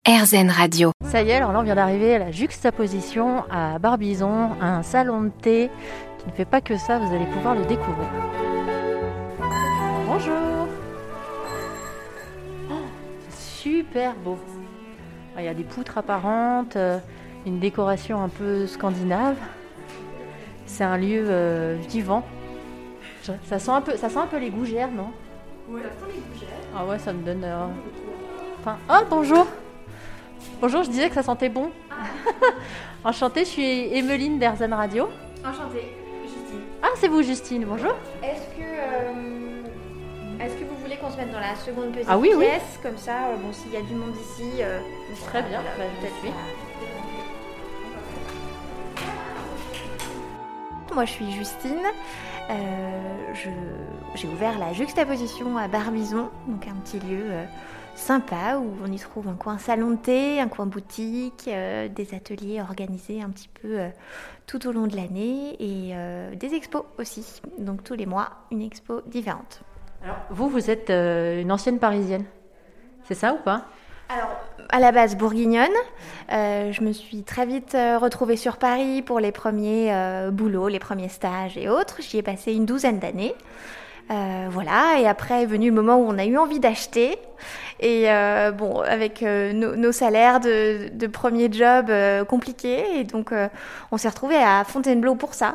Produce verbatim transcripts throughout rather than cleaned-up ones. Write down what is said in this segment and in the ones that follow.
AirZen Radio. Ça y est, alors là on vient d'arriver à la juxtaposition à Barbizon, un salon de thé qui ne fait pas que ça, vous allez pouvoir le découvrir. Bonjour. Oh, c'est super beau. Il y a des poutres apparentes, une décoration un peu scandinave. C'est un lieu euh, vivant. Ça sent un peu, ça sent un peu les gougères, non? Ouais, ça sent les gougères. Ah ouais, ça me donne... Euh... Enfin... Oh, bonjour. Bonjour, je disais que ça sentait bon. Ah. Enchantée, je suis Emeline d'AirZen Radio. Enchantée, Justine. Ah, c'est vous, Justine, bonjour. Est-ce que, euh, est-ce que vous voulez qu'on se mette dans la seconde petite ah, oui, pièce oui. Comme ça, euh, bon, s'il y a du monde ici... Euh, Très bien, voilà, bah, peut-être oui. Moi, je suis Justine. Euh, je, j'ai ouvert la juxtaposition à Barbizon, donc un petit lieu euh, sympa où on y trouve un coin salon de thé, un coin boutique, euh, des ateliers organisés un petit peu euh, tout au long de l'année et euh, des expos aussi. Donc tous les mois, une expo différente. Alors, vous, vous êtes euh, une ancienne Parisienne, c'est ça ou pas? Alors, à la base bourguignonne, euh, je me suis très vite euh, retrouvée sur Paris pour les premiers euh, boulots, les premiers stages et autres. J'y ai passé une douzaine d'années. Euh, voilà, et après est venu le moment où on a eu envie d'acheter. Et euh, bon, avec euh, nos, nos salaires de, de premier job euh, compliqués, et donc euh, on s'est retrouvés à Fontainebleau pour ça.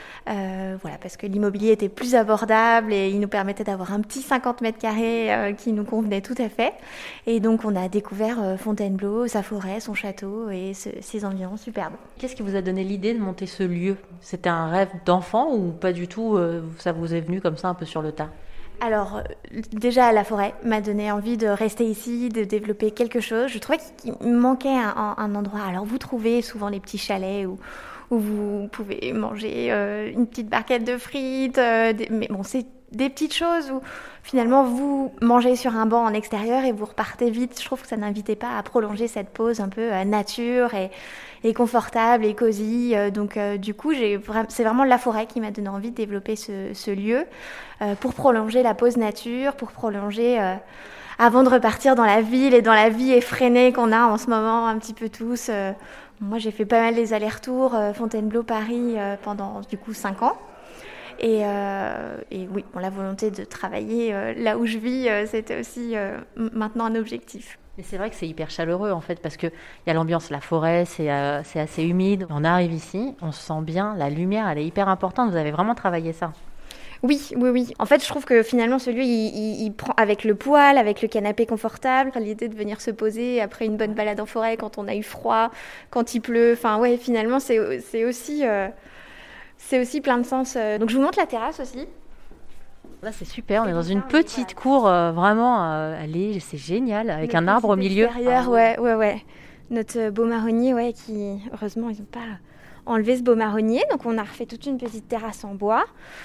Euh, voilà, parce que l'immobilier était plus abordable et il nous permettait d'avoir un petit cinquante mètres carrés euh, qui nous convenait tout à fait. Et donc on a découvert euh, Fontainebleau, sa forêt, son château et ce, ses environs superbes. Qu'est-ce qui vous a donné l'idée de monter ce lieu? C'était un rêve d'enfant ou pas du tout? euh, Ça vous est venu comme ça un peu sur le tas? Alors, déjà, la forêt m'a donné envie de rester ici, de développer quelque chose. Je trouvais qu'il me manquait un, un endroit. Alors, vous trouvez souvent les petits chalets où, où vous pouvez manger euh, une petite barquette de frites. Euh, des, mais bon, c'est des petites choses où finalement vous mangez sur un banc en extérieur et vous repartez vite. Je trouve que ça n'invitait pas à prolonger cette pause un peu euh, nature et, et confortable et cosy. Euh, donc euh, du coup, j'ai vra- c'est vraiment la forêt qui m'a donné envie de développer ce, ce lieu euh, pour prolonger la pause nature, pour prolonger... Euh, avant de repartir dans la ville et dans la vie effrénée qu'on a en ce moment un petit peu tous. Euh, moi, j'ai fait pas mal les allers-retours euh, Fontainebleau-Paris euh, pendant du coup cinq ans. Et, euh, et oui, bon, la volonté de travailler euh, là où je vis, euh, c'était aussi euh, maintenant un objectif. Mais c'est vrai que c'est hyper chaleureux en fait, parce qu'il y a l'ambiance, la forêt, c'est, euh, c'est assez humide. On arrive ici, on se sent bien, la lumière, elle est hyper importante. Vous avez vraiment travaillé ça? Oui, oui, oui. En fait, je trouve que finalement, ce lieu, il, il, il prend avec le poêle, avec le canapé confortable, l'idée de venir se poser après une bonne balade en forêt quand on a eu froid, quand il pleut. Enfin, ouais, finalement, c'est, c'est aussi, euh, c'est aussi plein de sens. Donc, je vous montre la terrasse aussi. Là, c'est super. On est dans une petite cour, euh, vraiment, euh, allez, c'est génial, avec Notre un arbre au milieu. Extérieur, ouais, ouais, ouais. Notre beau marronnier, ouais, qui, heureusement, ils n'ont pas enlevé ce beau marronnier. Donc, on a refait toute une petite terrasse en bois.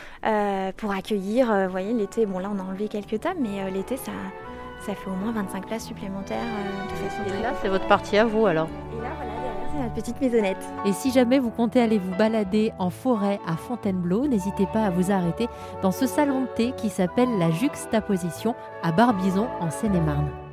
Euh, pour accueillir, euh, vous voyez, l'été, bon là on a enlevé quelques tables, mais euh, l'été ça, ça fait au moins vingt-cinq places supplémentaires euh, de façon Et très là, cool. c'est votre partie à vous alors. Et là, voilà, derrière, c'est notre petite maisonnette. Et si jamais vous comptez aller vous balader en forêt à Fontainebleau, n'hésitez pas à vous arrêter dans ce salon de thé qui s'appelle la Juxtaposition à Barbizon en Seine-et-Marne.